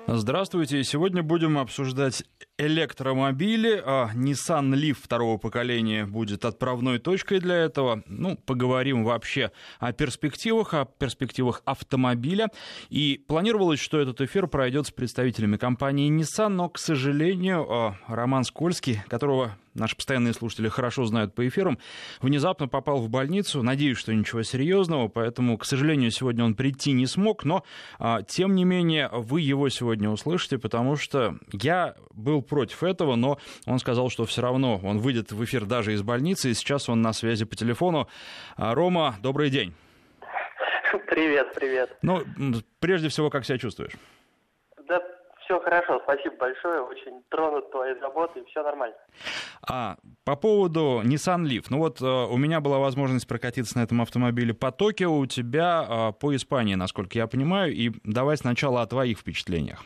Здравствуйте. Сегодня будем обсуждать электромобили. Nissan Leaf второго поколения будет отправной точкой для этого. Поговорим вообще о перспективах автомобиля. И планировалось, что этот эфир пройдет с представителями компании Nissan, но, к сожалению, Роман Скользкий, которого наши постоянные слушатели хорошо знают по эфирам, внезапно попал в больницу. Надеюсь, что ничего серьезного, поэтому, к сожалению, сегодня он прийти не смог, но, тем не менее, вы его сегодня услышите, потому что я был против этого, но он сказал, что все равно он выйдет в эфир даже из больницы, и сейчас он на связи по телефону. Рома, добрый день. Привет. Прежде всего, как себя чувствуешь? Да, все хорошо, спасибо большое, очень тронут твоей заботой, все нормально. По поводу Nissan Leaf. У меня была возможность прокатиться на этом автомобиле по Токио, у тебя по Испании, насколько я понимаю, и давай сначала о твоих впечатлениях.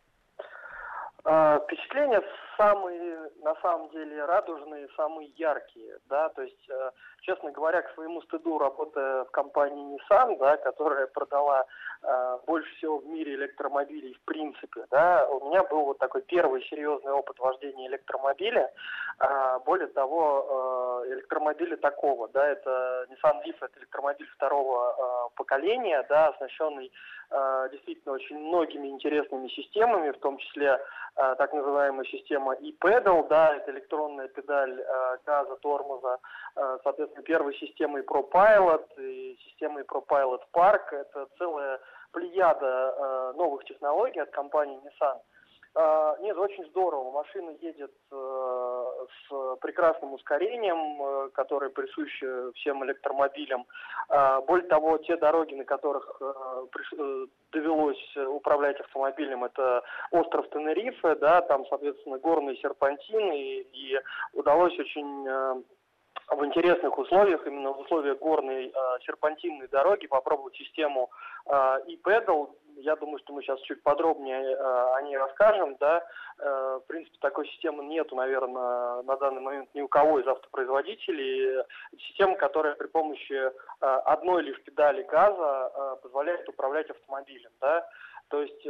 Впечатления самые, на самом деле, радужные, самые яркие, да, то есть, честно говоря, к своему стыду, работая в компании Nissan, да, которая продала больше всего в мире электромобилей в принципе, да, у меня был вот такой первый серьезный опыт вождения электромобиля. Более того, электромобиля такого, да, это Nissan Leaf, это электромобиль второго поколения, да, оснащенный действительно очень многими интересными системами, в том числе так называемая система e-pedal, да, это электронная педаль газа, тормоза, соответственно, первой системой ProPilot и системой ProPilot Park, это целая плеяда новых технологий от компании Nissan. Нет, очень здорово. Машина едет с прекрасным ускорением, которое присуще всем электромобилям. Более того, те дороги, на которых довелось управлять автомобилем, это остров Тенерифе, да, там, соответственно, горные серпантины, и удалось очень в интересных условиях, именно в условиях горной серпантинной дороги, попробовать систему e-pedal. Я думаю, что мы сейчас чуть подробнее о ней расскажем, да. В принципе, такой системы нету, наверное, на данный момент ни у кого из автопроизводителей. Система, которая при помощи одной лишь педали газа позволяет управлять автомобилем, да. То есть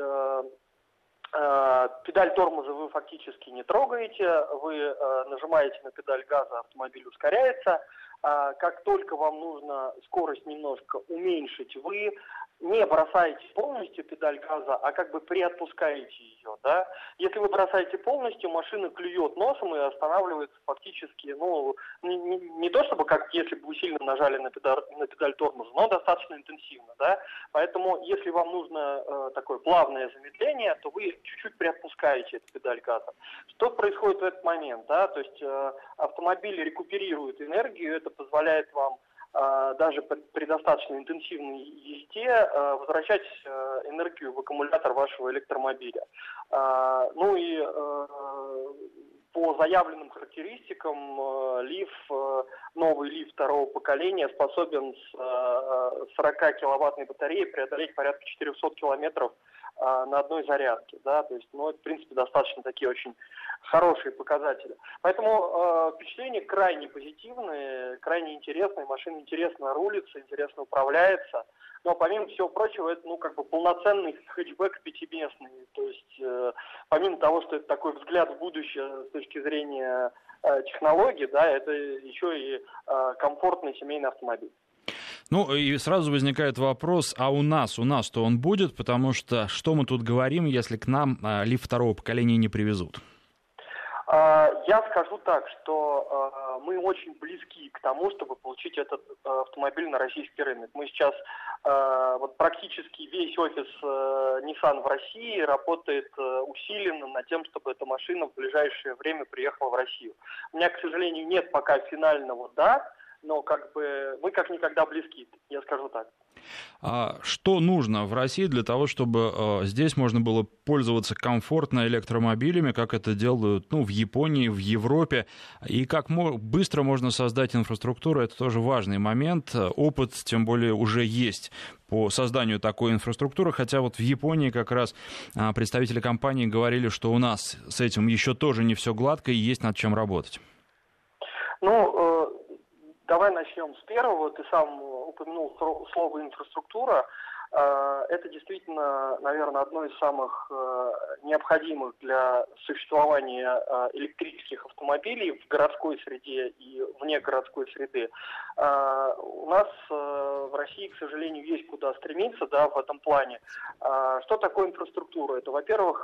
педаль тормоза вы фактически не трогаете, вы нажимаете на педаль газа, автомобиль ускоряется. Как только вам нужно скорость немножко уменьшить, вы не бросаете полностью педаль газа, а как бы приотпускаете ее, да. Если вы бросаете полностью, машина клюет носом и останавливается фактически, не то чтобы как если бы вы сильно нажали на педаль тормоза, но достаточно интенсивно, да. Поэтому, если вам нужно такое плавное замедление, то вы чуть-чуть приотпускаете эту педаль газа. Что происходит в этот момент, да? То есть автомобиль рекуперирует энергию, это позволяет вам даже при достаточно интенсивной езде возвращать энергию в аккумулятор вашего электромобиля. По заявленным характеристикам новый Leaf второго поколения способен с 40-киловаттной батареей преодолеть порядка 400 километров на одной зарядке, да, то есть, это, в принципе, достаточно такие очень хорошие показатели. Поэтому впечатления крайне позитивные, крайне интересные, машина интересно рулится, интересно управляется, но помимо всего прочего, это, полноценный хэтчбэк пятиместный, то есть, помимо того, что это такой взгляд в будущее с точки зрения технологий, да, это еще и комфортный семейный автомобиль. И сразу возникает вопрос, а у нас-то он будет, потому что мы тут говорим, если к нам Leaf второго поколения не привезут? Я скажу так, что мы очень близки к тому, чтобы получить этот автомобиль на российский рынок. Мы сейчас, практически весь офис Nissan в России работает усиленно над тем, чтобы эта машина в ближайшее время приехала в Россию. У меня, к сожалению, нет пока финального «да», но мы как никогда близки, я скажу так. Что нужно в России для того, чтобы здесь можно было пользоваться комфортно электромобилями, как это делают в Японии, в Европе, и как быстро можно создать инфраструктуру, это тоже важный момент. Опыт, тем более, уже есть по созданию такой инфраструктуры, хотя в Японии как раз представители компании говорили, что у нас с этим еще тоже не все гладко и есть над чем работать. Давай начнем с первого. Ты сам упомянул слово «инфраструктура». Это действительно, наверное, одно из самых необходимых для существования электрических автомобилей в городской среде и вне городской среды. У нас в России, к сожалению, есть куда стремиться, да, в этом плане. Что такое инфраструктура? Это, во-первых,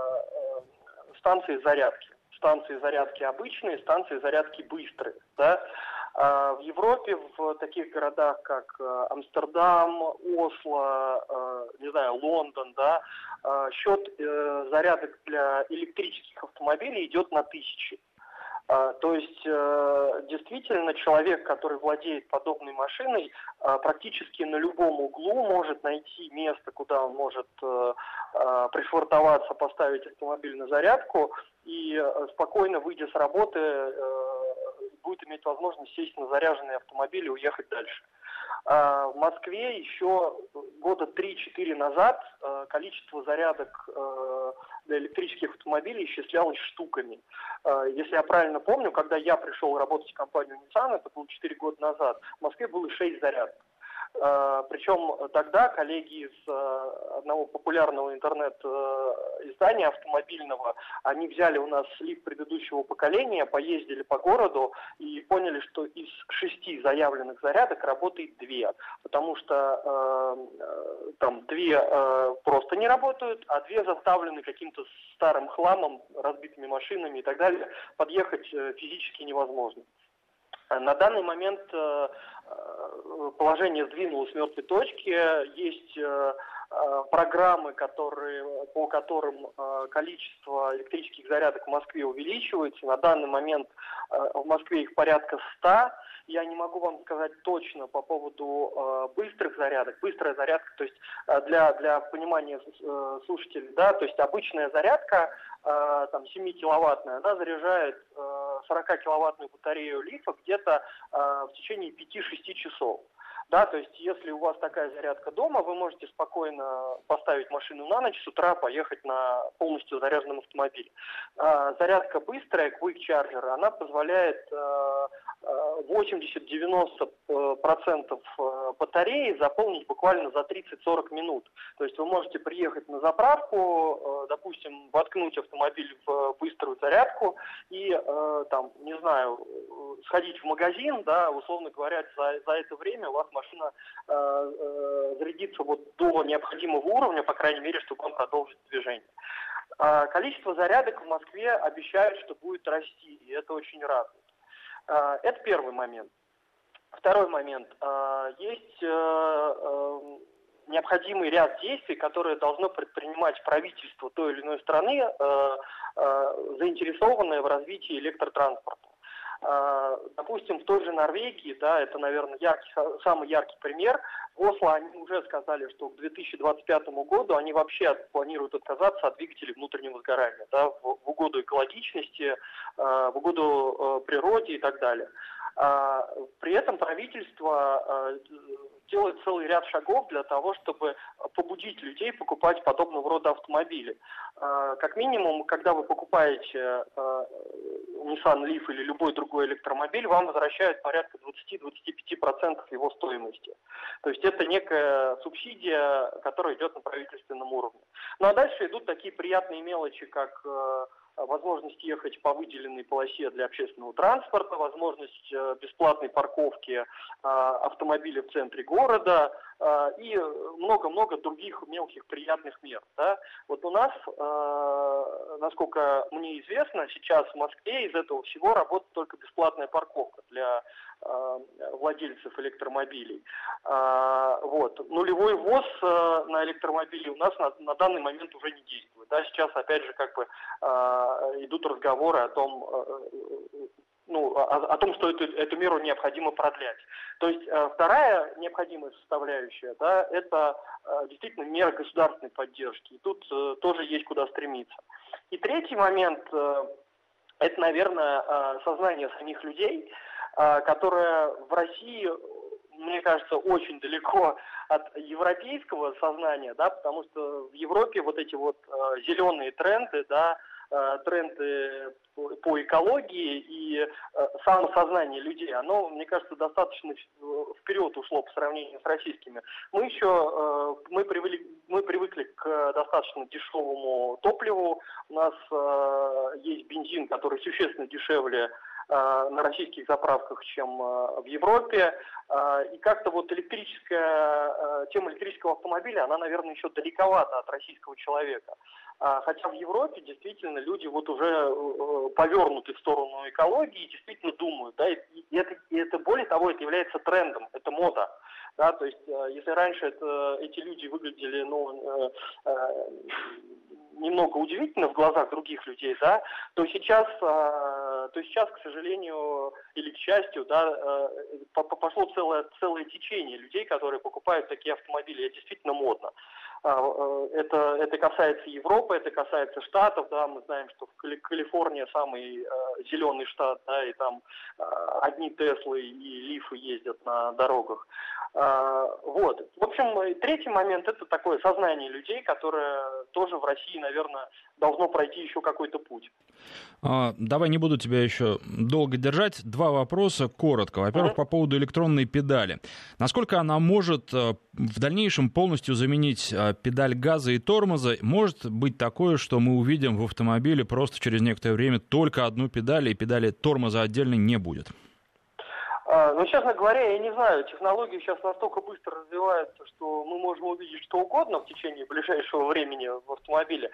станции зарядки. Станции зарядки обычные, станции зарядки быстрые, да. В Европе, в таких городах, как Амстердам, Осло, не знаю, Лондон, да, счет зарядок для электрических автомобилей идет на тысячи. То есть, действительно, человек, который владеет подобной машиной, практически на любом углу может найти место, куда он может пришвартоваться, поставить автомобиль на зарядку и спокойно, выйдя с работы, будет иметь возможность сесть на заряженный автомобиль и уехать дальше. В Москве еще года 3-4 назад количество зарядок для электрических автомобилей исчислялось штуками. Если я правильно помню, когда я пришел работать в компанию Nissan, это было 4 года назад, в Москве было 6 зарядок. Причем тогда коллеги из одного популярного интернет-издания автомобильного, они взяли у нас слив предыдущего поколения, поездили по городу и поняли, что из 6 заявленных зарядок работает 2, потому что там 2 просто не работают, а 2 заставлены каким-то старым хламом, разбитыми машинами и так далее. Подъехать физически невозможно. На данный момент положение сдвинулось с мертвой точки. Есть программы, по которым количество электрических зарядок в Москве увеличивается. На данный момент в Москве их порядка 100. Я не могу вам сказать точно по поводу быстрых зарядок. Быстрая зарядка, то есть для понимания слушателей, да, то есть обычная зарядка, там 7-киловаттная, она заряжает 40-киловаттную батарею лифа где-то в течение 5-6 часов. Да, то есть если у вас такая зарядка дома, вы можете спокойно поставить машину на ночь, с утра поехать на полностью заряженном автомобиле. Зарядка быстрая, Quick Charger, она позволяет 80-90% батареи заполнить буквально за 30-40 минут. То есть вы можете приехать на заправку, допустим, воткнуть автомобиль в быструю зарядку и, там, не знаю, сходить в магазин, да, условно говоря, за это время у вас машина зарядится вот до необходимого уровня, по крайней мере, чтобы он продолжить движение. Количество зарядок в Москве обещают, что будет расти, и это очень радует. Это первый момент. Второй момент. Есть необходимый ряд действий, которые должно предпринимать правительство той или иной страны, заинтересованное в развитии электротранспорта. Допустим, в той же Норвегии, да, это, наверное, самый яркий пример. В Осло они уже сказали, что к 2025 году они вообще планируют отказаться от двигателей внутреннего сгорания, да, в угоду экологичности, в угоду природе и так далее. При этом правительство делает целый ряд шагов для того, чтобы побудить людей покупать подобного рода автомобили. Как минимум, когда вы покупаете Nissan Leaf или любой другой электромобиль, вам возвращают порядка 20-25% его стоимости. То есть это некая субсидия, которая идет на правительственном уровне. Ну а дальше идут такие приятные мелочи, как возможность ехать по выделенной полосе для общественного транспорта, возможность бесплатной парковки автомобиля в центре города и много-много других мелких приятных мер. Да? Вот у нас, насколько мне известно, сейчас в Москве из этого всего работает только бесплатная парковка для владельцев электромобилей. Вот. Нулевой ввоз на электромобили у нас на данный момент уже не действует. Да? Сейчас, опять же, как бы идут разговоры о том, о том, что эту меру необходимо продлять. То есть вторая необходимая составляющая, да, это действительно мера государственной поддержки. И тут тоже есть куда стремиться. И третий момент, это, наверное, сознание самих людей, которое в России, мне кажется, очень далеко от европейского сознания, да, потому что в Европе вот эти вот зеленые тренды, да, тренды по экологии и самосознание людей, оно, мне кажется, достаточно вперед ушло по сравнению с российскими. Мы привыкли к достаточно дешевому топливу. У нас есть бензин, который существенно дешевле на российских заправках, чем в Европе. И как-то вот тема электрического автомобиля, она, наверное, еще далековата от российского человека. Хотя в Европе действительно люди вот уже повернуты в сторону экологии и действительно думают, да, и это более того, это является трендом, это мода. Да, то есть, если раньше эти люди выглядели, немного удивительно в глазах других людей, да, то сейчас, к сожалению, или к счастью, да, пошло целое течение людей, которые покупают такие автомобили. Это действительно модно. Это касается Европы, это касается Штатов, да, мы знаем, что Калифорния самый зеленый штат, да, и там одни Теслы и Лифы ездят на дорогах. Вот. В общем, третий момент – это такое сознание людей, которое тоже в России, наверное, должно пройти еще какой-то путь. Давай, не буду тебя еще долго держать. Два вопроса, коротко. Во-первых, по поводу электронной педали. Насколько она может в дальнейшем полностью заменить педаль газа и тормоза? Может быть такое, что мы увидим в автомобиле просто через некоторое время только одну педаль, и педали тормоза отдельно не будет? Ну, честно говоря, я не знаю, технологии сейчас настолько быстро развиваются, что мы можем увидеть что угодно в течение ближайшего времени в автомобиле.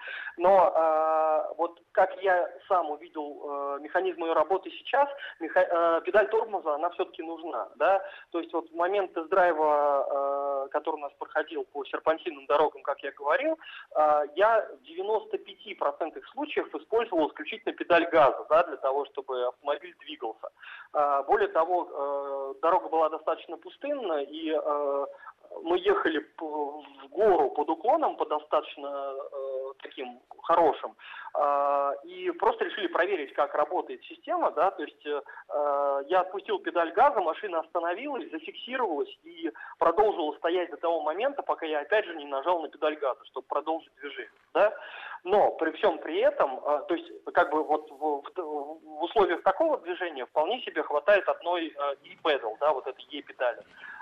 Но вот как я сам увидел механизм ее работы сейчас, педаль тормоза, она все-таки нужна. Да? То есть вот в момент тест-драйва, который у нас проходил по серпантинным дорогам, как я говорил, я в 95% случаев использовал исключительно педаль газа, да, для того, чтобы автомобиль двигался. Более того, дорога была достаточно пустынна, и мы ехали в гору под уклоном, по достаточно таким хорошим, и просто решили проверить, как работает система, да, то есть я отпустил педаль газа, машина остановилась, зафиксировалась и продолжила стоять до того момента, пока я опять же не нажал на педаль газа, чтобы продолжить движение, да. Но при всем при этом, то есть как бы вот в условиях такого движения вполне себе хватает одной e-pedal, да, вот этой e-педали.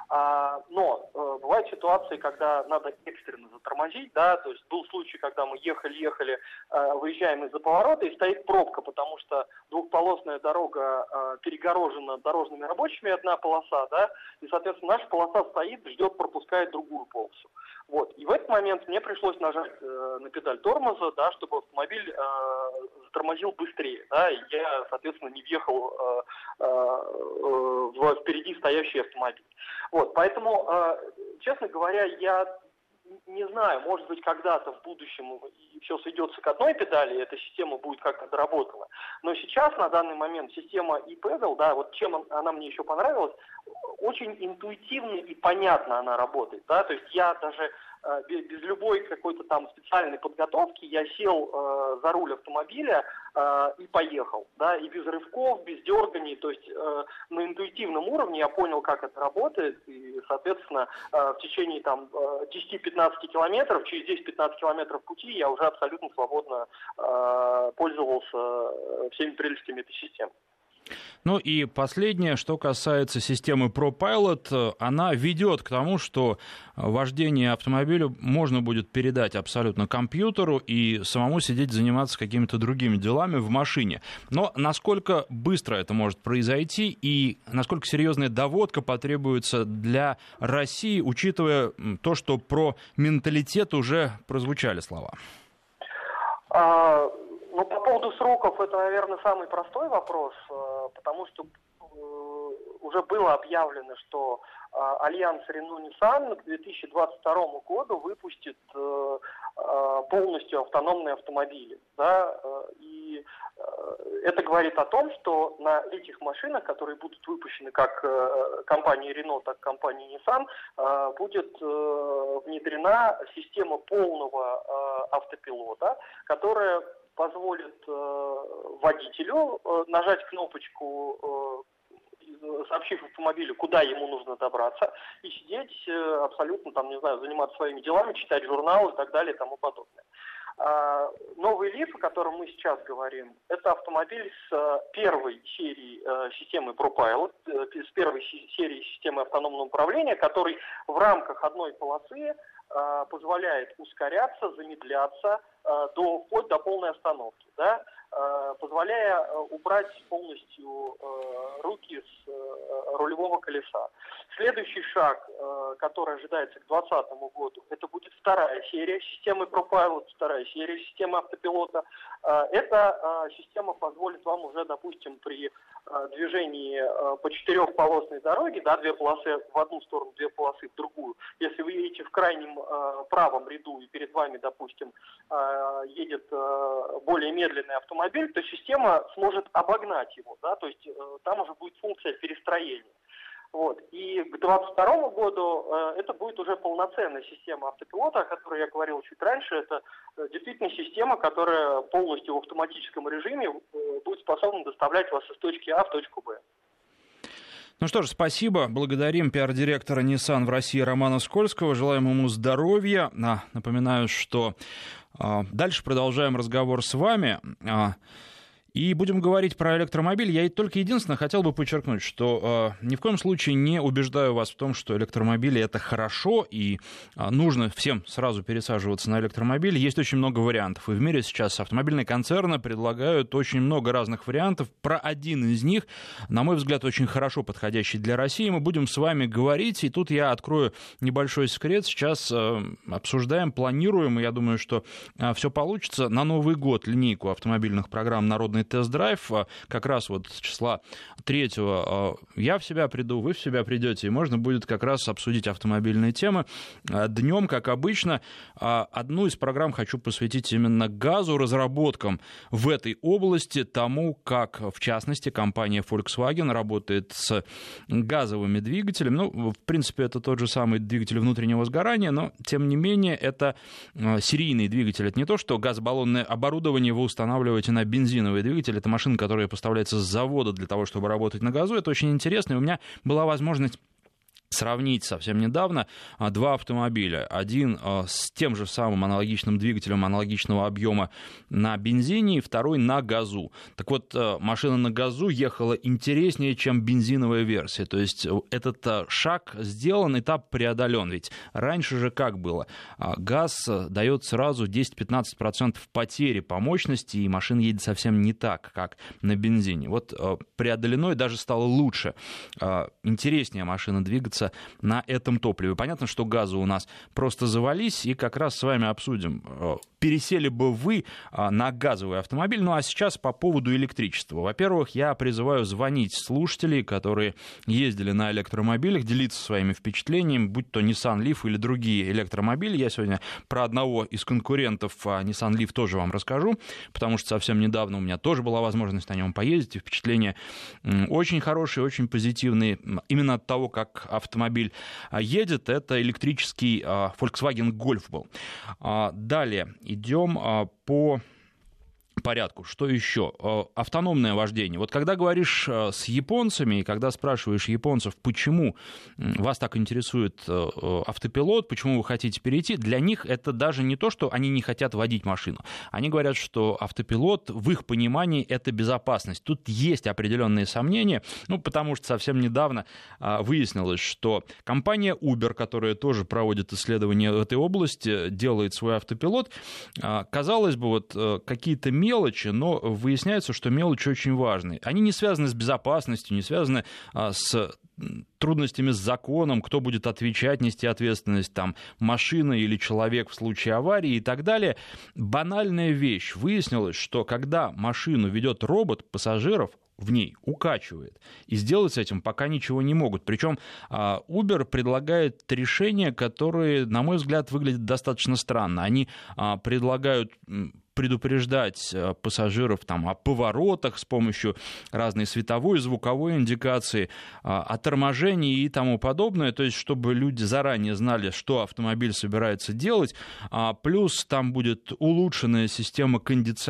Но бывают ситуации, когда надо экстренно затормозить, да, то есть был случай, когда мы ехали, выезжаем из-за поворота и стоит пробка, потому что двухполосная дорога перегорожена дорожными рабочими, одна полоса, да, и, соответственно, наша полоса стоит, ждет, пропускает другую полосу. Вот. И в этот момент мне пришлось нажать на педаль тормоза, да, чтобы автомобиль затормозил быстрее, да, и я, соответственно, не въехал в впереди стоящий автомобиль. Вот, поэтому, честно говоря, я не знаю, может быть, когда-то в будущем все сведется к одной педали, и эта система будет как-то доработана. Но сейчас, на данный момент, система e-pedal, да, вот чем она мне еще понравилась, очень интуитивно и понятно она работает, да, то есть я даже без любой какой-то там специальной подготовки я сел за руль автомобиля и поехал, да, и без рывков, без дерганий, то есть на интуитивном уровне я понял, как это работает, и, соответственно, в течение там 10-15 километров, через 10-15 километров пути я уже абсолютно свободно пользовался всеми прелестями этой системы. Ну и последнее, что касается системы ProPilot, она ведет к тому, что вождение автомобиля можно будет передать абсолютно компьютеру и самому сидеть заниматься какими-то другими делами в машине. Но насколько быстро это может произойти и насколько серьезная доводка потребуется для России, учитывая то, что про менталитет уже прозвучали слова? Ну, по поводу сроков, это, наверное, самый простой вопрос, потому что уже было объявлено, что альянс Renault-Nissan к 2022 году выпустит полностью автономные автомобили. Да? И это говорит о том, что на этих машинах, которые будут выпущены как компанией Renault, так и компанией Nissan, будет внедрена система полного автопилота, которая позволит водителю нажать кнопочку, сообщив автомобилю, куда ему нужно добраться, и сидеть абсолютно, там, не знаю, заниматься своими делами, читать журналы и так далее и тому подобное. Новый Leaf, о котором мы сейчас говорим, это автомобиль с первой серии системы ProPilot, с первой серии системы автономного управления, который в рамках одной полосы позволяет ускоряться, замедляться вплоть до полной остановки, да, позволяя убрать полностью руки с рулевого колеса. Следующий шаг, который ожидается к 2020 году, это будет вторая серия системы ProPilot, вторая серия системы автопилота. Эта система позволит вам уже, допустим, при движении по четырехполосной дороге, да, две полосы в одну сторону, две полосы в другую. Если вы едете в крайнем правом ряду и перед вами, допустим, едет более медленный автомобиль, то система сможет обогнать его, да, то есть там уже будет функция перестроения. Вот. И к 2022 году это будет уже полноценная система автопилота, о которой я говорил чуть раньше. Это действительно система, которая полностью в автоматическом режиме будет способна доставлять вас из точки А в точку Б. Ну что ж, спасибо. Благодарим пиар-директора Nissan в России Романа Скольского. Желаем ему здоровья. Напоминаю, что дальше продолжаем разговор с вами. И будем говорить про электромобиль. Я только единственное хотел бы подчеркнуть, что ни в коем случае не убеждаю вас в том, что электромобили — это хорошо, и нужно всем сразу пересаживаться на электромобиль. Есть очень много вариантов. И в мире сейчас автомобильные концерны предлагают очень много разных вариантов. Про один из них, на мой взгляд, очень хорошо подходящий для России, мы будем с вами говорить. И тут я открою небольшой секрет. Сейчас обсуждаем, планируем, и я думаю, что все получится. На Новый год линейку автомобильных программ «Народный тест-драйв», как раз вот с числа 3-го я в себя приду, вы в себя придете, и можно будет как раз обсудить автомобильные темы. Днем, как обычно, одну из программ хочу посвятить именно газу, разработкам в этой области, тому, как, в частности, компания Volkswagen работает с газовыми двигателями. Ну, в принципе, это тот же самый двигатель внутреннего сгорания, но, тем не менее, это серийный двигатель. Это не то, что газобаллонное оборудование вы устанавливаете на бензиновый двигатель. Это машина, которая поставляется с завода для того, чтобы работать на газу. Это очень интересно. И у меня была возможность сравнить совсем недавно два автомобиля. Один с тем же самым аналогичным двигателем аналогичного объема на бензине, и второй на газу. Так вот, машина на газу ехала интереснее, чем бензиновая версия. То есть этот шаг сделан, этап преодолен. Ведь раньше же как было? Газ дает сразу 10-15% потери по мощности, и машина едет совсем не так, как на бензине. Вот преодолено и даже стало лучше. Интереснее машина двигаться на этом топливе. Понятно, что газы у нас просто завались, и как раз с вами обсудим, пересели бы вы на газовый автомобиль. Ну а сейчас по поводу электричества. Во-первых, я призываю звонить слушателей, которые ездили на электромобилях, делиться своими впечатлениями, будь то Nissan Leaf или другие электромобили. Я сегодня про одного из конкурентов Nissan Leaf тоже вам расскажу, потому что совсем недавно у меня тоже была возможность на нем поездить, и впечатления очень хорошие, очень позитивные. Именно от того, как автомобиль едет, это электрический Volkswagen Golf был. Далее идем по порядку. Что еще? Автономное вождение. Вот когда говоришь с японцами, и когда спрашиваешь японцев, почему вас так интересует автопилот, почему вы хотите перейти, для них это даже не то, что они не хотят водить машину. Они говорят, что автопилот, в их понимании, это безопасность. Тут есть определенные сомнения, потому что совсем недавно выяснилось, что компания Uber, которая тоже проводит исследования в этой области, делает свой автопилот. Казалось бы, вот какие-то мелочи, но выясняется, что мелочи очень важны. Они не связаны с безопасностью, не связаны с трудностями с законом, кто будет отвечать, нести ответственность, там, машина или человек в случае аварии и так далее. Банальная вещь. Выяснилось, что когда машину ведет робот, пассажиров в ней укачивает. И сделать с этим пока ничего не могут. Причем Uber предлагает решения, которые, на мой взгляд, выглядят достаточно странно. Они предлагают предупреждать пассажиров о поворотах с помощью разной световой и звуковой индикации, о торможении и тому подобное, то есть чтобы люди заранее знали, что автомобиль собирается делать. Плюс там будет улучшенная система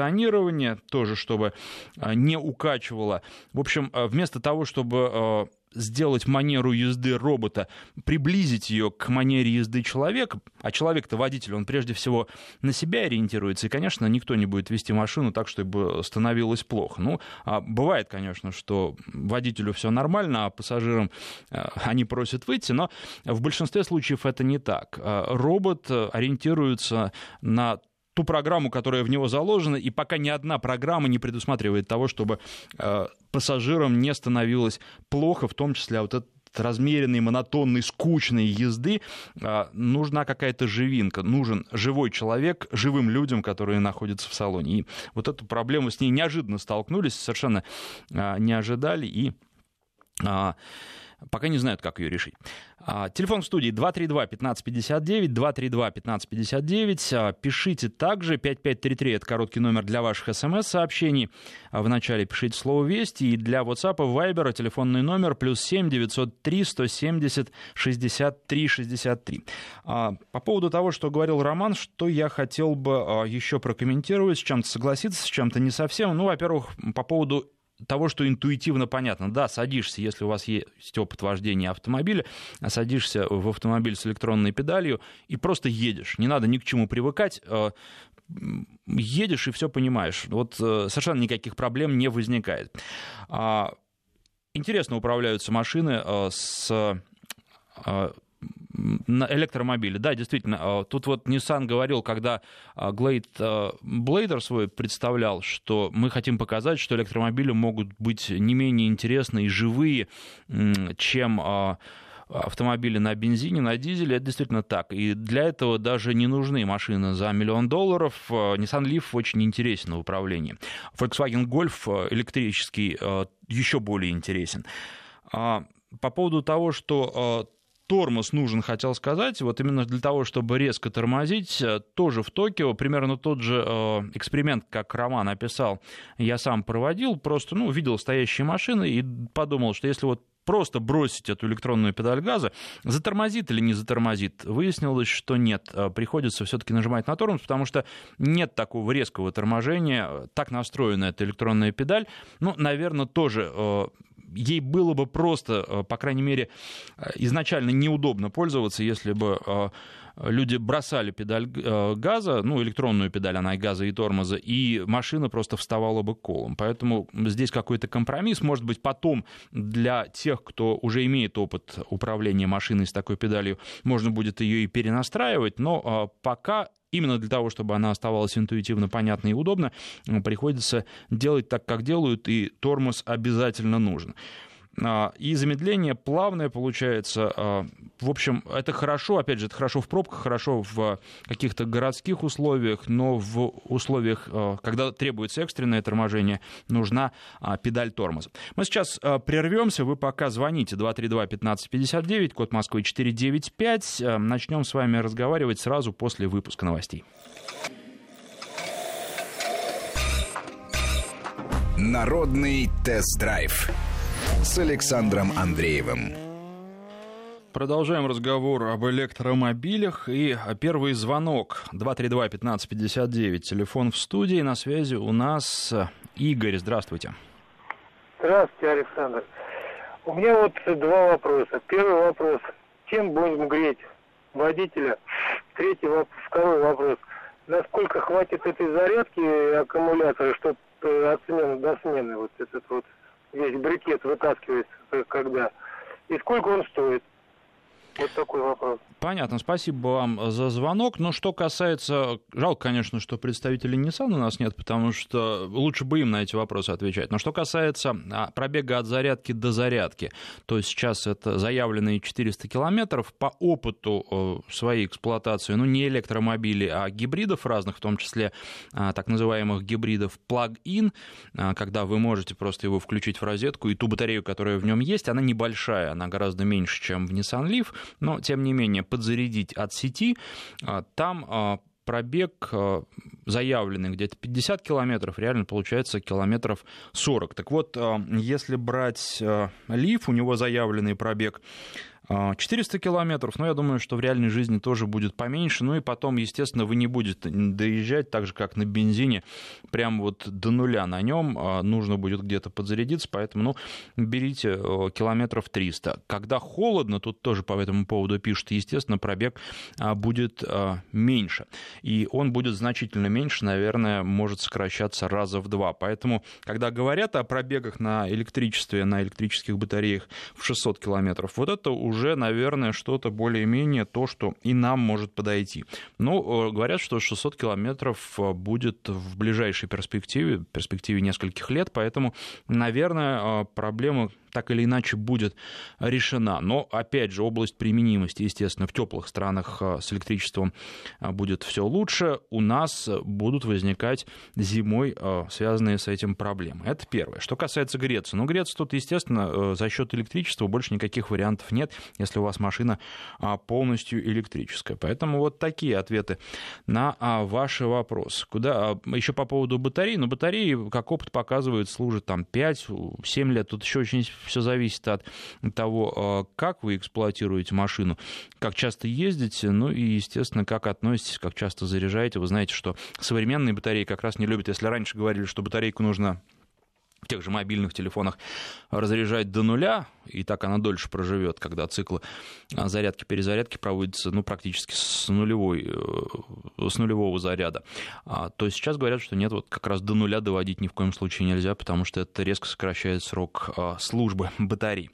кондиционирования, тоже чтобы не укачивало. В общем, вместо того, чтобы сделать манеру езды робота, приблизить ее к манере езды человека, а человек-то водитель, он прежде всего на себя ориентируется, и, конечно, никто не будет вести машину так, чтобы становилось плохо. Ну, бывает, конечно, что водителю все нормально, а пассажирам они просят выйти, но в большинстве случаев это не так. Робот ориентируется на ту программу, которая в него заложена, и пока ни одна программа не предусматривает того, чтобы пассажирам не становилось плохо, в том числе вот этот размеренной, монотонной, скучной езды, нужна какая-то живинка, нужен живой человек, живым людям, которые находятся в салоне. И вот эту проблему с ней неожиданно столкнулись, совершенно не ожидали, и пока не знают, как ее решить. Телефон в студии 232-1559, 232-1559. Пишите также, 5533 — это короткий номер для ваших смс-сообщений. Вначале пишите слово «Вести», и для WhatsApp и Viber телефонный номер +7 903 170 63 63. По поводу того, что говорил Роман, что я хотел бы еще прокомментировать, с чем-то согласиться, с чем-то не совсем. Ну, во-первых, по поводу того, что интуитивно понятно. Да, садишься, если у вас есть опыт вождения автомобиля, садишься в автомобиль с электронной педалью и просто едешь. Не надо ни к чему привыкать. Едешь и все понимаешь. Вот совершенно никаких проблем не возникает. Интересно управляются машины на электромобиле. Да, действительно, тут вот Nissan говорил, когда Blader свой представлял, что мы хотим показать, что электромобили могут быть не менее интересны и живые, чем автомобили на бензине, на дизеле. Это действительно так. И для этого даже не нужны машины за $1 миллион. Nissan Leaf очень интересен в управлении. Volkswagen Golf электрический еще более интересен. По поводу того, что тормоз нужен, хотел сказать, вот именно для того, чтобы резко тормозить, тоже в Токио примерно тот же эксперимент, как Роман описал, я сам проводил, просто видел стоящие машины и подумал, что если вот просто бросить эту электронную педаль газа, затормозит или не затормозит, выяснилось, что нет, приходится все-таки нажимать на тормоз, потому что нет такого резкого торможения, так настроена эта электронная педаль, наверное, тоже ей было бы просто, по крайней мере, изначально неудобно пользоваться, если бы люди бросали педаль газа, электронную педаль, она и газа, и тормоза, и машина просто вставала бы колом. Поэтому здесь какой-то компромисс. Может быть, потом для тех, кто уже имеет опыт управления машиной с такой педалью, можно будет ее и перенастраивать, но пока именно для того, чтобы она оставалась интуитивно понятной и удобно, приходится делать так, как делают, и тормоз обязательно нужен. И замедление плавное получается. В общем, это хорошо, опять же, это хорошо в пробках, хорошо в каких-то городских условиях, но в условиях, когда требуется экстренное торможение, нужна педаль тормоза. Мы сейчас прервемся, вы пока звоните 232-1559, код Москвы 495. Начнем с вами разговаривать сразу после выпуска новостей. Народный тест-драйв с Александром Андреевым. Продолжаем разговор об электромобилях. И первый звонок 232-1559. Телефон в студии. На связи у нас Игорь. Здравствуйте. Здравствуйте, Александр. У меня вот два вопроса. Первый вопрос. Чем будем греть водителя? Второй вопрос. Насколько хватит этой зарядки аккумулятора, чтобы от смены до смены вот этот вот весь брикет вытаскивается, когда? И сколько он стоит? Вот такой вопрос. Понятно, спасибо вам за звонок. Но что касается... Жалко, конечно, что представителей Nissan у нас нет, потому что лучше бы им на эти вопросы отвечать. Но что касается пробега от зарядки до зарядки, то сейчас это заявленные 400 километров. По опыту своей эксплуатации, не электромобилей, а гибридов разных, в том числе так называемых гибридов plug-in, когда вы можете просто его включить в розетку, и ту батарею, которая в нем есть, она небольшая, она гораздо меньше, чем в Nissan Leaf, но, тем не менее, подзарядить от сети, там пробег заявленный где-то 50 километров, реально получается километров 40. Так вот, если брать Leaf, у него заявленный пробег 400 километров, но я думаю, что в реальной жизни тоже будет поменьше. Ну и потом, естественно, вы не будете доезжать так же, как на бензине, прям вот до нуля на нем. Нужно будет где-то подзарядиться, поэтому, берите километров 300. Когда холодно, тут тоже по этому поводу пишут, естественно, пробег будет меньше. И он будет значительно меньше, наверное, может сокращаться раза в 2. Поэтому, когда говорят о пробегах на электричестве, на электрических батареях в 600 километров, вот это уже, наверное, что-то более-менее то, что и нам может подойти. Но говорят, что 600 километров будет в ближайшей перспективе нескольких лет, поэтому, наверное, проблема так или иначе будет решена. Но, опять же, область применимости, естественно, в теплых странах с электричеством будет все лучше. У нас будут возникать зимой связанные с этим проблемы. Это первое. Что касается Греции. Ну, Греция тут, естественно, за счет электричества больше никаких вариантов нет, если у вас машина полностью электрическая. Поэтому вот такие ответы на ваши вопросы. Еще по поводу батарей. Но батареи, как опыт показывает, служат там 5-7 лет. Тут еще очень все зависит от того, как вы эксплуатируете машину, как часто ездите, ну и, естественно, как относитесь, как часто заряжаете. Вы знаете, что современные батареи как раз не любят. Если раньше говорили, что батарейку нужно в тех же мобильных телефонах разряжать до нуля, и так она дольше проживет, когда циклы зарядки-перезарядки проводятся практически с нулевого заряда. То сейчас говорят, что нет, вот как раз до нуля доводить ни в коем случае нельзя, потому что это резко сокращает срок службы батарей.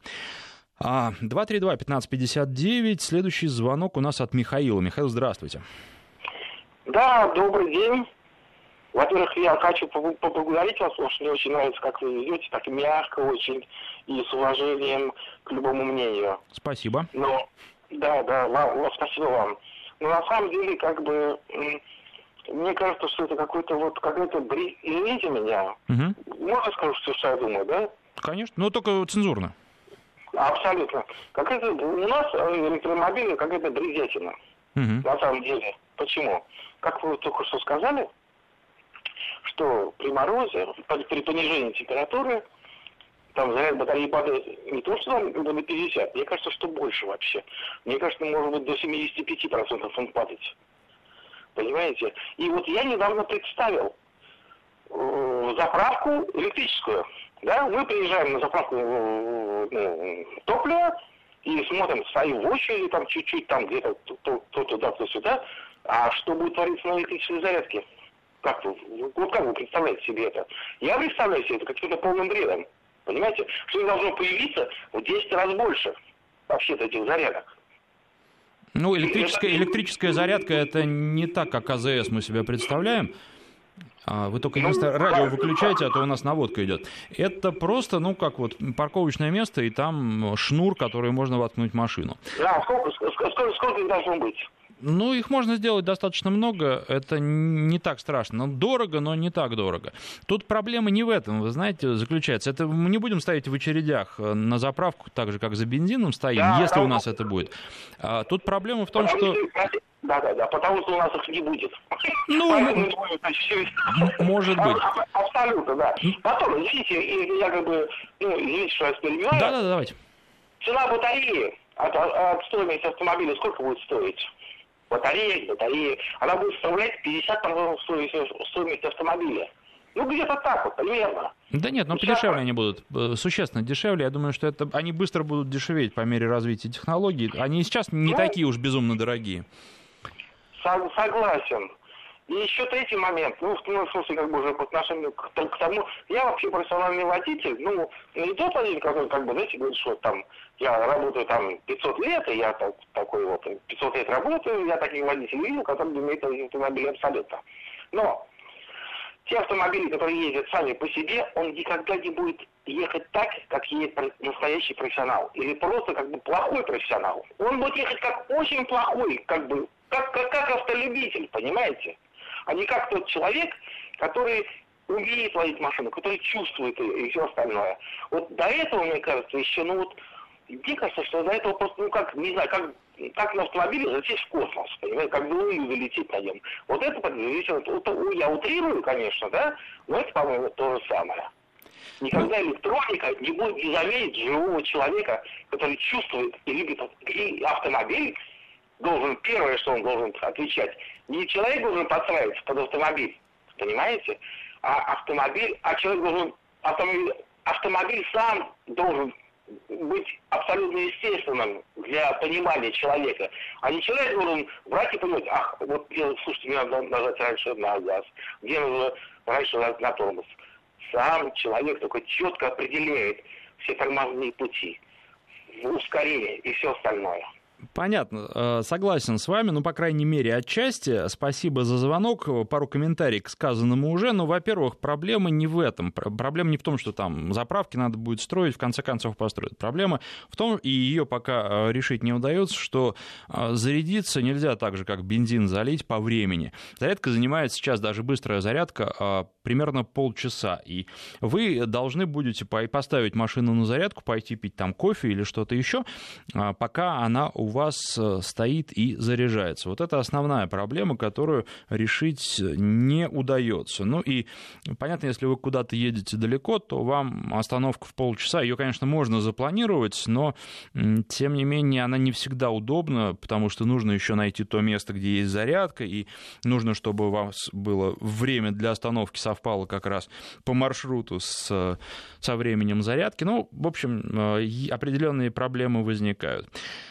232-1559, следующий звонок у нас от Михаила. Михаил, здравствуйте. Да, добрый день. Во-первых, я хочу поблагодарить вас, потому что мне очень нравится, как вы ведете, так мягко очень и с уважением к любому мнению. Спасибо. Но, да, спасибо вам. Но на самом деле, мне кажется, что это какой-то бред. Извините меня. Угу. Можно сказать, что я думаю, да? Конечно, но только цензурно. Абсолютно. У нас электромобили какая-то бредятина. Угу. На самом деле. Почему? Как вы только что сказали, что при морозе, при понижении температуры, там заряд батареи падает не то, что там до 50, мне кажется, что больше вообще. Мне кажется, может быть, до 75% он падает. Понимаете? И вот я недавно представил заправку электрическую. Да? Мы приезжаем на заправку топлива и смотрим, стоим в очереди, там чуть-чуть, там где-то то туда, то сюда. А что будет твориться на электрической зарядке? Как вы представляете себе это? Я представляю себе это каким-то полным бредом. Понимаете? Что должно появиться в 10 раз больше вообще-то этих зарядок. Ну, электрическая зарядка — это не так, как АЗС мы себе представляем. Вы только радио выключаете, а то у нас наводка идет. Это просто, парковочное место, и там шнур, который можно воткнуть в машину. Да, сколько их должно быть? Их можно сделать достаточно много, это не так страшно. Дорого, но не так дорого. Тут проблема не в этом, вы знаете, заключается. Это мы не будем ставить в очередях на заправку, так же, как за бензином стоим, если у нас это будет. Тут проблема в том, что... Да, потому что у нас их не будет. Может быть. Абсолютно, да. Потом, извините, извините, что я перебиваю. Да, давайте. Цена батареи от стоимости автомобиля сколько будет стоить? Батарея, она будет составлять 50% стоимости автомобиля. Где-то так вот, примерно. Да нет, подешевле они будут, существенно дешевле. Я думаю, что они быстро будут дешеветь по мере развития технологий. Они сейчас не такие уж безумно дорогие. Согласен. И еще третий момент, в смысле, уже по отношению к тому, я вообще профессиональный водитель, не тот один, который, знаете, говорит, что там, я работаю там 500 лет, и я такой 500 лет работаю, я таких водителей видел, которые имеют автомобили абсолютно. Но те автомобили, которые ездят сами по себе, он никогда не будет ехать так, как едет настоящий профессионал. Или просто плохой профессионал. Он будет ехать как очень плохой, как автолюбитель, понимаете? А не как тот человек, который умеет водить машину, который чувствует и все остальное. Вот до этого, мне кажется, еще, мне кажется, что до этого просто, как на автомобиле залететь в космос, понимаете, как в Луну залететь на нем. Вот это, я утрирую, конечно, да, но это, по-моему, то же самое. Никогда электроника не будет не заменить живого человека, который чувствует и любит. И автомобиль должен, первое, что он должен отвечать, не человек должен подстраиваться под автомобиль, понимаете? А человек должен, автомобиль сам должен быть абсолютно естественным для понимания человека. А не человек должен брать и понимать, слушайте, мне надо нажать раньше на газ, где нужно раньше нажать на тормоз. Сам человек только четко определяет все тормозные пути, ускорение и все остальное. Понятно, согласен с вами, по крайней мере, отчасти. Спасибо за звонок, пару комментариев к сказанному уже. Но, во-первых, проблема не в этом. Проблема не в том, что там заправки надо будет строить, в конце концов построят. Проблема в том, и ее пока решить не удается, что зарядиться нельзя так же, как бензин залить по времени. Зарядка занимает сейчас, даже быстрая зарядка, примерно полчаса. И вы должны будете поставить машину на зарядку, пойти пить там кофе или что-то еще, пока она у вас стоит и заряжается. Вот это основная проблема, которую решить не удается. И понятно, если вы куда-то едете далеко, то вам остановка в полчаса, ее, конечно, можно запланировать, но, тем не менее, она не всегда удобна, потому что нужно еще найти то место, где есть зарядка, и нужно, чтобы у вас было время для остановки совпало как раз по маршруту со временем зарядки. В общем, определенные проблемы возникают.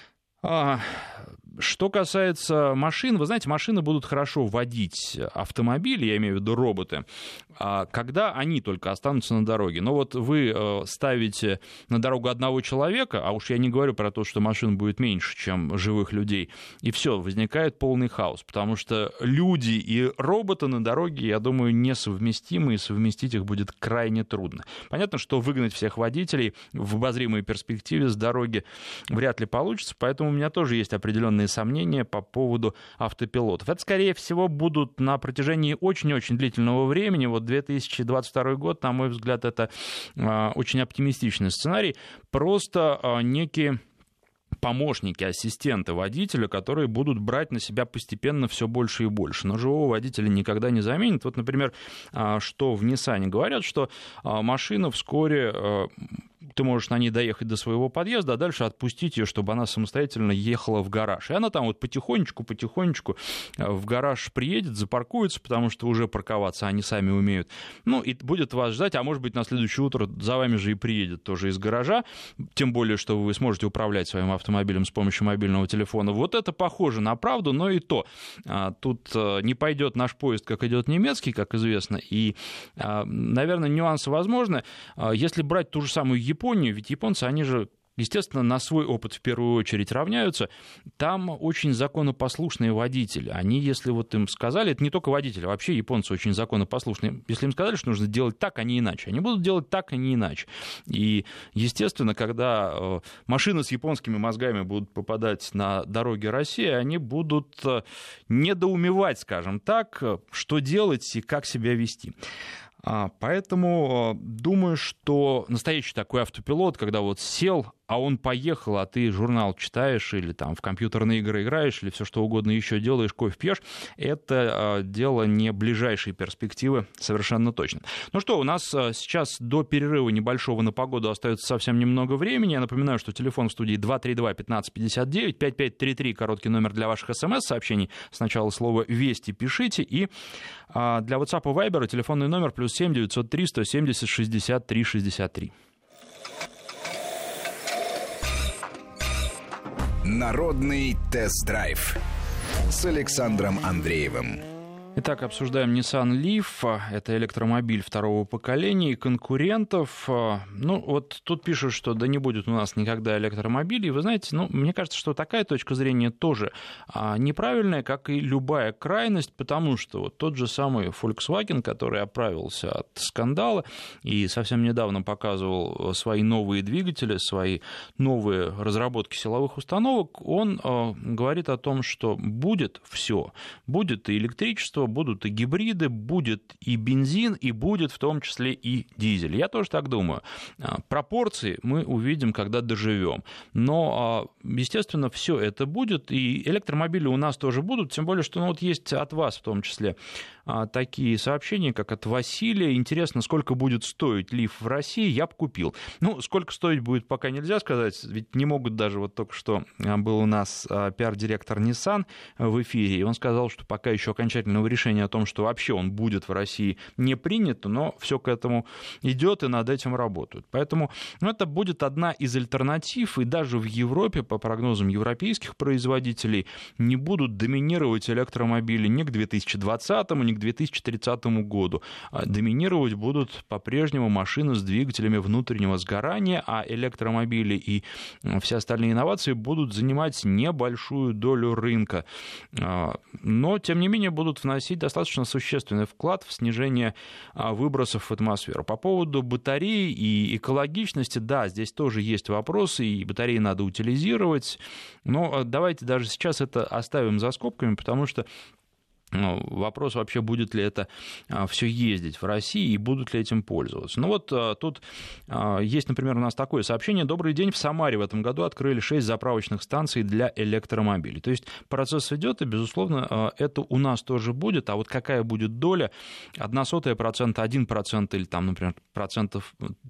Что касается машин, вы знаете, машины будут хорошо водить автомобили, я имею в виду роботы, когда они только останутся на дороге. Но вот вы ставите на дорогу одного человека, а уж я не говорю про то, что машин будет меньше, чем живых людей, и все, возникает полный хаос, потому что люди и роботы на дороге, я думаю, несовместимы, и совместить их будет крайне трудно. Понятно, что выгнать всех водителей в обозримой перспективе с дороги вряд ли получится, поэтому у меня тоже есть определенные сомнения по поводу автопилотов. Это, скорее всего, будут на протяжении очень-очень длительного времени. Вот 2022 год, на мой взгляд, это очень оптимистичный сценарий. Просто некие помощники, ассистенты водителя, которые будут брать на себя постепенно все больше и больше. Но живого водителя никогда не заменит. Вот, например, что в Ниссане говорят, что машина вскоре... Ты можешь на ней доехать до своего подъезда, а дальше отпустить ее, чтобы она самостоятельно ехала в гараж. И она там вот потихонечку в гараж приедет, запаркуется, потому что уже парковаться они сами умеют. И будет вас ждать, а может быть, на следующее утро за вами же и приедет тоже из гаража. Тем более, что вы сможете управлять своим автомобилем с помощью мобильного телефона. Вот это похоже на правду, но и то. Тут не пойдет наш поезд, как идет немецкий, как известно. И, наверное, нюансы возможны. Если брать ту же самую Японию, ведь японцы, они же, естественно, на свой опыт в первую очередь равняются. Там очень законопослушные водители. Они, если вот им сказали, это не только водители, а вообще японцы очень законопослушные. Если им сказали, что нужно делать так, а не иначе, они будут делать так, а не иначе. И, естественно, когда машины с японскими мозгами будут попадать на дороги России, они будут недоумевать, скажем так, что делать и как себя вести. Поэтому думаю, что настоящий такой автопилот, когда вот сел, а он поехал, а ты журнал читаешь или там в компьютерные игры играешь, или все что угодно еще делаешь, кофе пьешь, это дело не ближайшей перспективы, совершенно точно. Ну что, у нас сейчас до перерыва небольшого на погоду остается совсем немного времени. Я напоминаю, что телефон в студии 232-1559, 5533, короткий номер для ваших смс-сообщений. Сначала слово «Вести» пишите, и для WhatsApp и Viber телефонный номер +7 903 170 63 63. Народный тест-драйв с Александром Андреевым. Итак, обсуждаем Nissan Leaf. Это электромобиль второго поколения и конкурентов. Вот тут пишут, что да не будет у нас никогда электромобилей. Вы знаете, мне кажется, что такая точка зрения тоже неправильная, как и любая крайность, потому что вот тот же самый Volkswagen, который оправился от скандала и совсем недавно показывал свои новые двигатели, свои новые разработки силовых установок, он говорит о том, что будет все. Будет и электричество, будут и гибриды, будет и бензин, и будет в том числе и дизель. Я тоже так думаю. Пропорции мы увидим, когда доживем. Но, естественно, все это будет, и электромобили у нас тоже будут, тем более, что есть от вас в том числе такие сообщения, как от Василия. Интересно, сколько будет стоить Лиф в России, я бы купил. Ну, сколько стоить будет, пока нельзя сказать, ведь не могут даже, вот только что был у нас пиар-директор Nissan в эфире, и он сказал, что пока еще окончательного решения о том, что вообще он будет в России, не принято, но все к этому идет и над этим работают. Поэтому это будет одна из альтернатив, и даже в Европе, по прогнозам европейских производителей, не будут доминировать электромобили ни к 2020, ни к 2030 году. Доминировать будут по-прежнему машины с двигателями внутреннего сгорания, а электромобили и все остальные инновации будут занимать небольшую долю рынка. Но, тем не менее, будут вносить достаточно существенный вклад в снижение выбросов в атмосферу. По поводу батарей и экологичности, да, здесь тоже есть вопросы, и батареи надо утилизировать, но давайте даже сейчас это оставим за скобками, потому что вопрос вообще, будет ли это все ездить в России и будут ли этим пользоваться. Ну вот тут есть, например, у нас такое сообщение. Добрый день, в Самаре в этом году открыли 6 заправочных станций для электромобилей. То есть процесс идет, и, безусловно, это у нас тоже будет. А вот какая будет доля, 0,01%, 1% или там, например, процента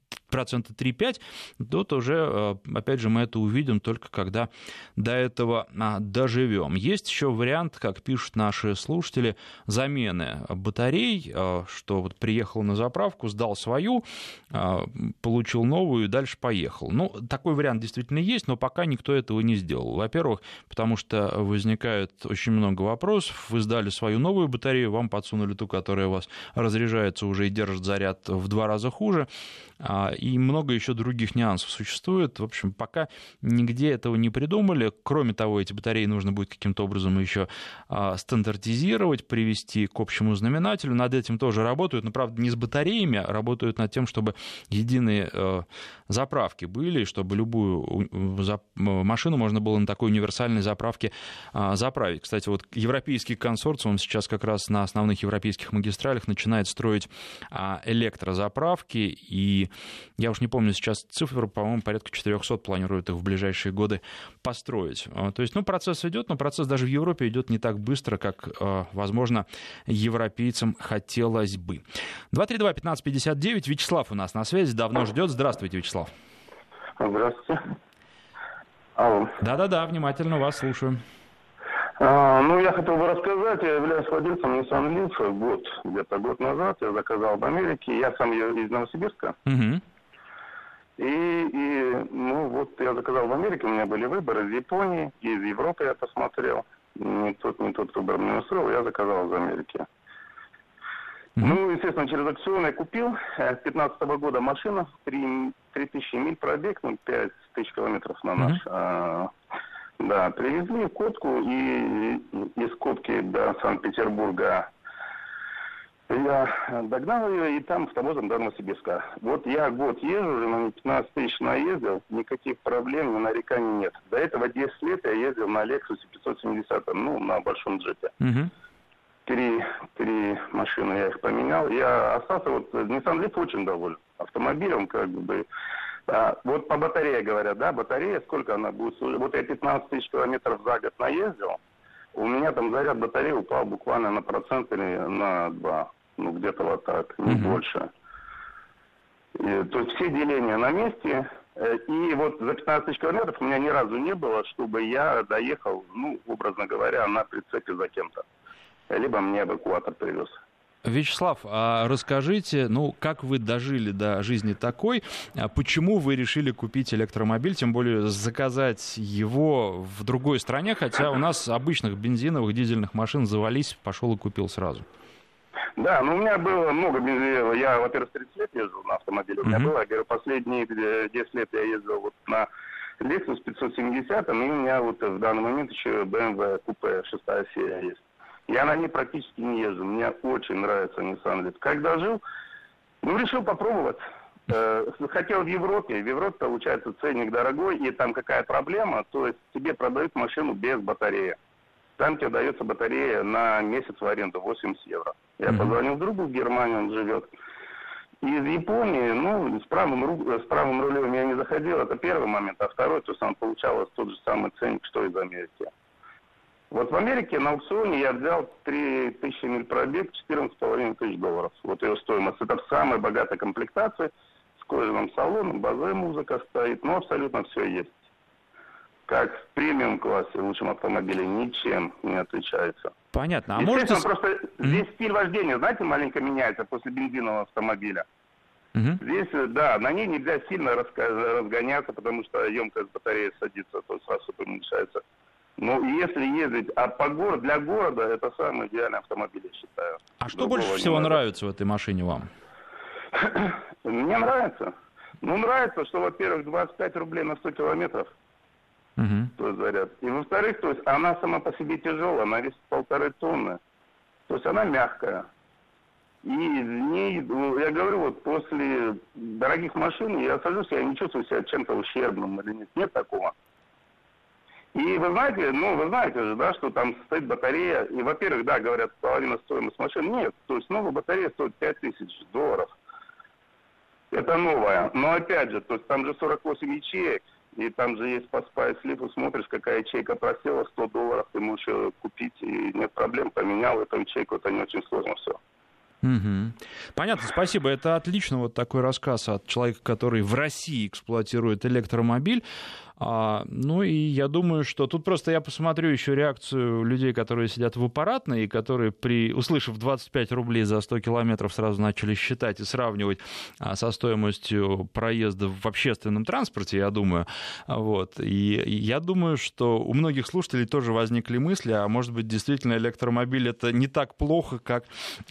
3-5, тут уже, опять же, мы это увидим только когда до этого доживем. Есть еще вариант, как пишут наши слушатели, замены батарей, что вот приехал на заправку, сдал свою, получил новую и дальше поехал. Ну, такой вариант действительно есть, но пока никто этого не сделал. Во-первых, потому что возникает очень много вопросов. Вы сдали свою новую батарею, вам подсунули ту, которая у вас разряжается уже и держит заряд в 2 раза хуже. И много еще других нюансов существует. В общем, пока нигде этого не придумали. Кроме того, эти батареи нужно будет каким-то образом еще стандартизировать, привести к общему знаменателю. Над этим тоже работают, но, правда, не с батареями, а работают над тем, чтобы единые заправки были, чтобы любую машину можно было на такой универсальной заправке заправить. Кстати, вот европейский консорциум сейчас как раз на основных европейских магистралях начинает строить электрозаправки, и я уж не помню сейчас цифру, по-моему, порядка 400 планируют их в ближайшие годы построить. То есть, процесс идет, но процесс даже в Европе идет не так быстро, как, возможно, европейцам хотелось бы. 232-1559, Вячеслав у нас на связи, давно ждет. Здравствуйте, Вячеслав. Здравствуйте. Алло. Да-да-да, внимательно вас слушаю. Я хотел бы рассказать, я являюсь владельцем Nissan Leaf. Где-то год назад я заказал в Америке. Я сам из Новосибирска. Угу. Я заказал в Америке, у меня были выборы из Японии, из Европы я посмотрел. Ни тот выбор не устроил, я заказал из Америки. Естественно, через аукцион я купил. С 2015 года машина, 3000 миль пробег, 5000 километров на наш. Да, привезли в Котку, и из Котки до Санкт-Петербурга я догнал ее, и там автовозом до Новосибирска. Вот я год езжу, уже на 15 тысяч наездил, никаких проблем, ни нареканий нет. До этого 10 лет я ездил на Lexus 570, на большом джете. Три машины я их поменял. Я остался, Nissan Leaf очень доволен автомобилем, вот по батарее говорят, да, батарея, сколько она будет служить? Вот я 15 тысяч километров за год наездил, у меня там заряд батареи упал буквально на 1% или на 2%, где-то вот так, не больше. То есть все деления на месте, и вот за 15 тысяч километров у меня ни разу не было, чтобы я доехал, образно говоря, на прицепе за кем-то. Либо мне эвакуатор привез. Вячеслав, а расскажите, как вы дожили до жизни такой, почему вы решили купить электромобиль, тем более заказать его в другой стране, хотя у нас обычных бензиновых, дизельных машин завались, пошел и купил сразу. Да, у меня было много бензина. Я, во-первых, 30 лет ездил на автомобиле. У меня было, последние 10 лет я ездил на Lexus 570, и у меня в данный момент еще BMW купе 6 серия есть. Я на ней практически не езжу. Мне очень нравится Nissan Leaf. Когда жил, решил попробовать. Хотел в Европе. В Европе, получается, ценник дорогой, и там какая проблема, то есть тебе продают машину без батареи. Там тебе дается батарея на месяц в аренду, 80 евро. Я позвонил другу в Германии, он живет. Из Японии, с правым рулем я не заходил, это первый момент. А второй, то есть он получал тот же самый ценник, что из Америки. Вот в Америке на аукционе я взял 3000 миль пробег, $14,5 тысяч. Вот ее стоимость. Это самая богатая комплектация, с кожаным салоном, базе музыка стоит, но абсолютно все есть. Как в премиум-классе в лучшем автомобиле ничем не отличается. Понятно. А естественно, просто здесь стиль вождения, знаете, маленько меняется после бензинового автомобиля. Здесь, да, на ней нельзя сильно разгоняться, потому что емкость батареи садится, то есть сразу уменьшается. Но если ездить, для города это самый идеальный автомобиль, я считаю. А что больше всего нравится в этой машине вам? Мне нравится. Нравится, что, во-первых, 25 рублей на 100 километров. То есть заряд. И во-вторых, то есть она сама по себе тяжелая, она весит 1,5 тонны. То есть она мягкая. И в ней, я говорю, вот после дорогих машин я сажусь, я не чувствую себя чем-то ущербным или нет. Нет такого. И вы знаете же, да, что там стоит батарея. И, во-первых, да, говорят, половина стоимости машин. Нет, то есть новая батарея стоит $5000. Это новая. Но опять же, то есть там же 48 ячеек. И там же есть по спайс-лифу, смотришь, какая ячейка просела, $100, ты можешь ее купить, и нет проблем, поменял эту ячейку, это не очень сложно все. Понятно, спасибо. Это отлично, вот такой рассказ от человека, который в России эксплуатирует электромобиль. Ну и я думаю, что тут просто я посмотрю еще реакцию людей, которые сидят в аппаратной, и которые, услышав 25 рублей за 100 километров, сразу начали считать и сравнивать со стоимостью проезда в общественном транспорте, я думаю. Вот. И я думаю, что у многих слушателей тоже возникли мысли, а может быть, действительно электромобиль — это не так плохо, как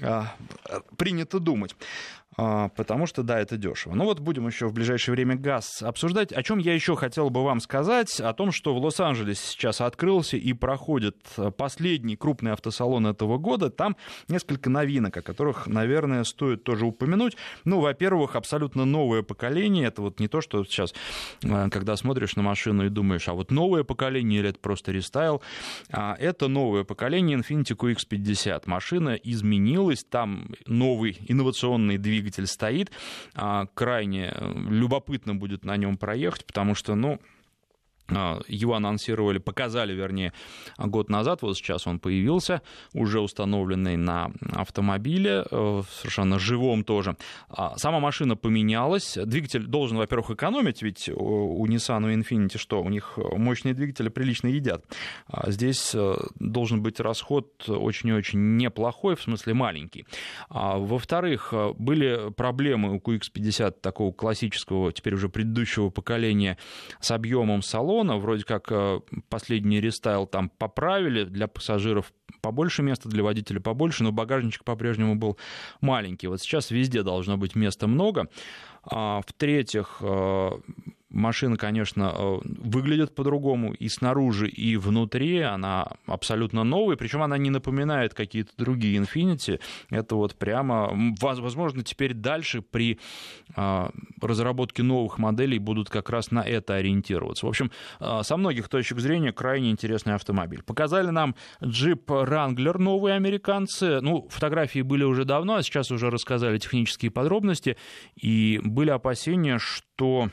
принято думать. Потому что, да, это дешево. Ну вот будем еще в ближайшее время ГАЗ обсуждать. О чем я еще хотел бы вам сказать? О том, что в Лос-Анджелесе сейчас открылся и проходит последний крупный автосалон этого года. Там несколько новинок, о которых, наверное, стоит тоже упомянуть. Ну, во-первых, абсолютно новое поколение. Это вот не то, что сейчас, когда смотришь на машину и думаешь, а вот новое поколение или это просто рестайл. Это новое поколение Infiniti QX50. Машина изменилась. Там новый инновационный двигатель стоит. Крайне любопытно будет на нем проехать, потому что, его анонсировали, показали, вернее, год назад, вот сейчас он появился, уже установленный на автомобиле, совершенно живом тоже. Сама машина поменялась, двигатель должен, во-первых, экономить, ведь у Nissan и Infiniti что, у них мощные двигатели прилично едят. Здесь должен быть расход очень и очень неплохой, в смысле маленький. Во-вторых, были проблемы у QX50 такого классического, теперь уже предыдущего поколения с объемом салона. Вроде как последний рестайл там поправили, для пассажиров побольше места, для водителя побольше, но багажничек по-прежнему был маленький. Вот сейчас везде должно быть места много. В-третьих, машина, конечно, выглядит по-другому и снаружи, и внутри. Она абсолютно новая, причем она не напоминает какие-то другие Infiniti. Это вот прямо, возможно, теперь дальше при разработке новых моделей будут как раз на это ориентироваться. В общем, со многих точек зрения крайне интересный автомобиль. Показали нам Jeep Wrangler новые американцы. Фотографии были уже давно, а сейчас уже рассказали технические подробности. И были опасения, что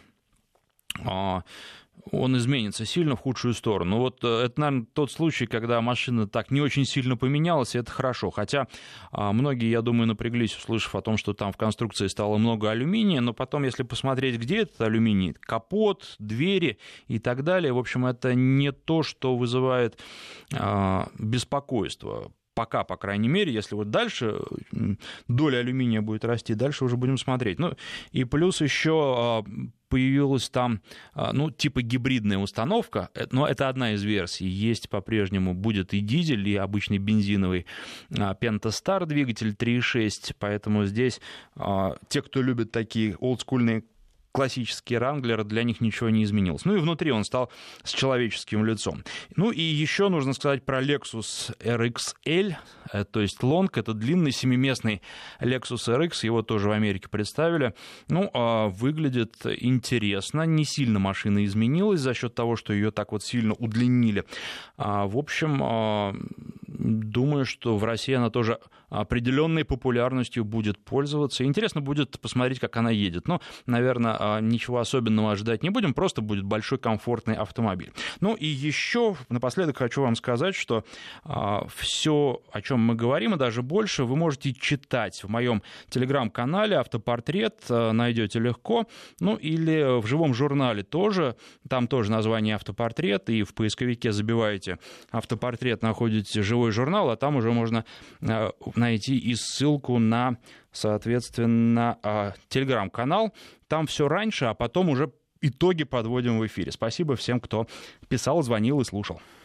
он изменится сильно в худшую сторону. Вот это, наверное, тот случай, когда машина так не очень сильно поменялась, и это хорошо. Хотя многие, я думаю, напряглись, услышав о том, что там в конструкции стало много алюминия, но потом, если посмотреть, где этот алюминий, капот, двери и так далее, в общем, это не то, что вызывает беспокойство. Пока, по крайней мере, если вот дальше доля алюминия будет расти, дальше уже будем смотреть. И плюс еще появилась там, типа гибридная установка, но это одна из версий. Есть по-прежнему, будет и дизель, и обычный бензиновый Pentastar двигатель 3.6, поэтому здесь те, кто любит такие олдскульные классические Wrangler, для них ничего не изменилось. И внутри он стал с человеческим лицом. И еще нужно сказать про Lexus RX-L, то есть Long, это длинный семиместный Lexus RX, его тоже в Америке представили. Выглядит интересно, не сильно машина изменилась за счет того, что ее так вот сильно удлинили. В общем, думаю, что в России она тоже определенной популярностью будет пользоваться. Интересно будет посмотреть, как она едет. Наверное, конечно, ничего особенного ожидать не будем, просто будет большой комфортный автомобиль. Ну и еще напоследок хочу вам сказать, что все, о чем мы говорим, и даже больше, вы можете читать в моем телеграм-канале «Автопортрет», найдете легко, ну или в живом журнале тоже, там тоже название «Автопортрет», и в поисковике забиваете «Автопортрет», находите живой журнал, а там уже можно найти и ссылку на, соответственно, телеграм-канал. Там все раньше, а потом уже итоги подводим в эфире. Спасибо всем, кто писал, звонил и слушал.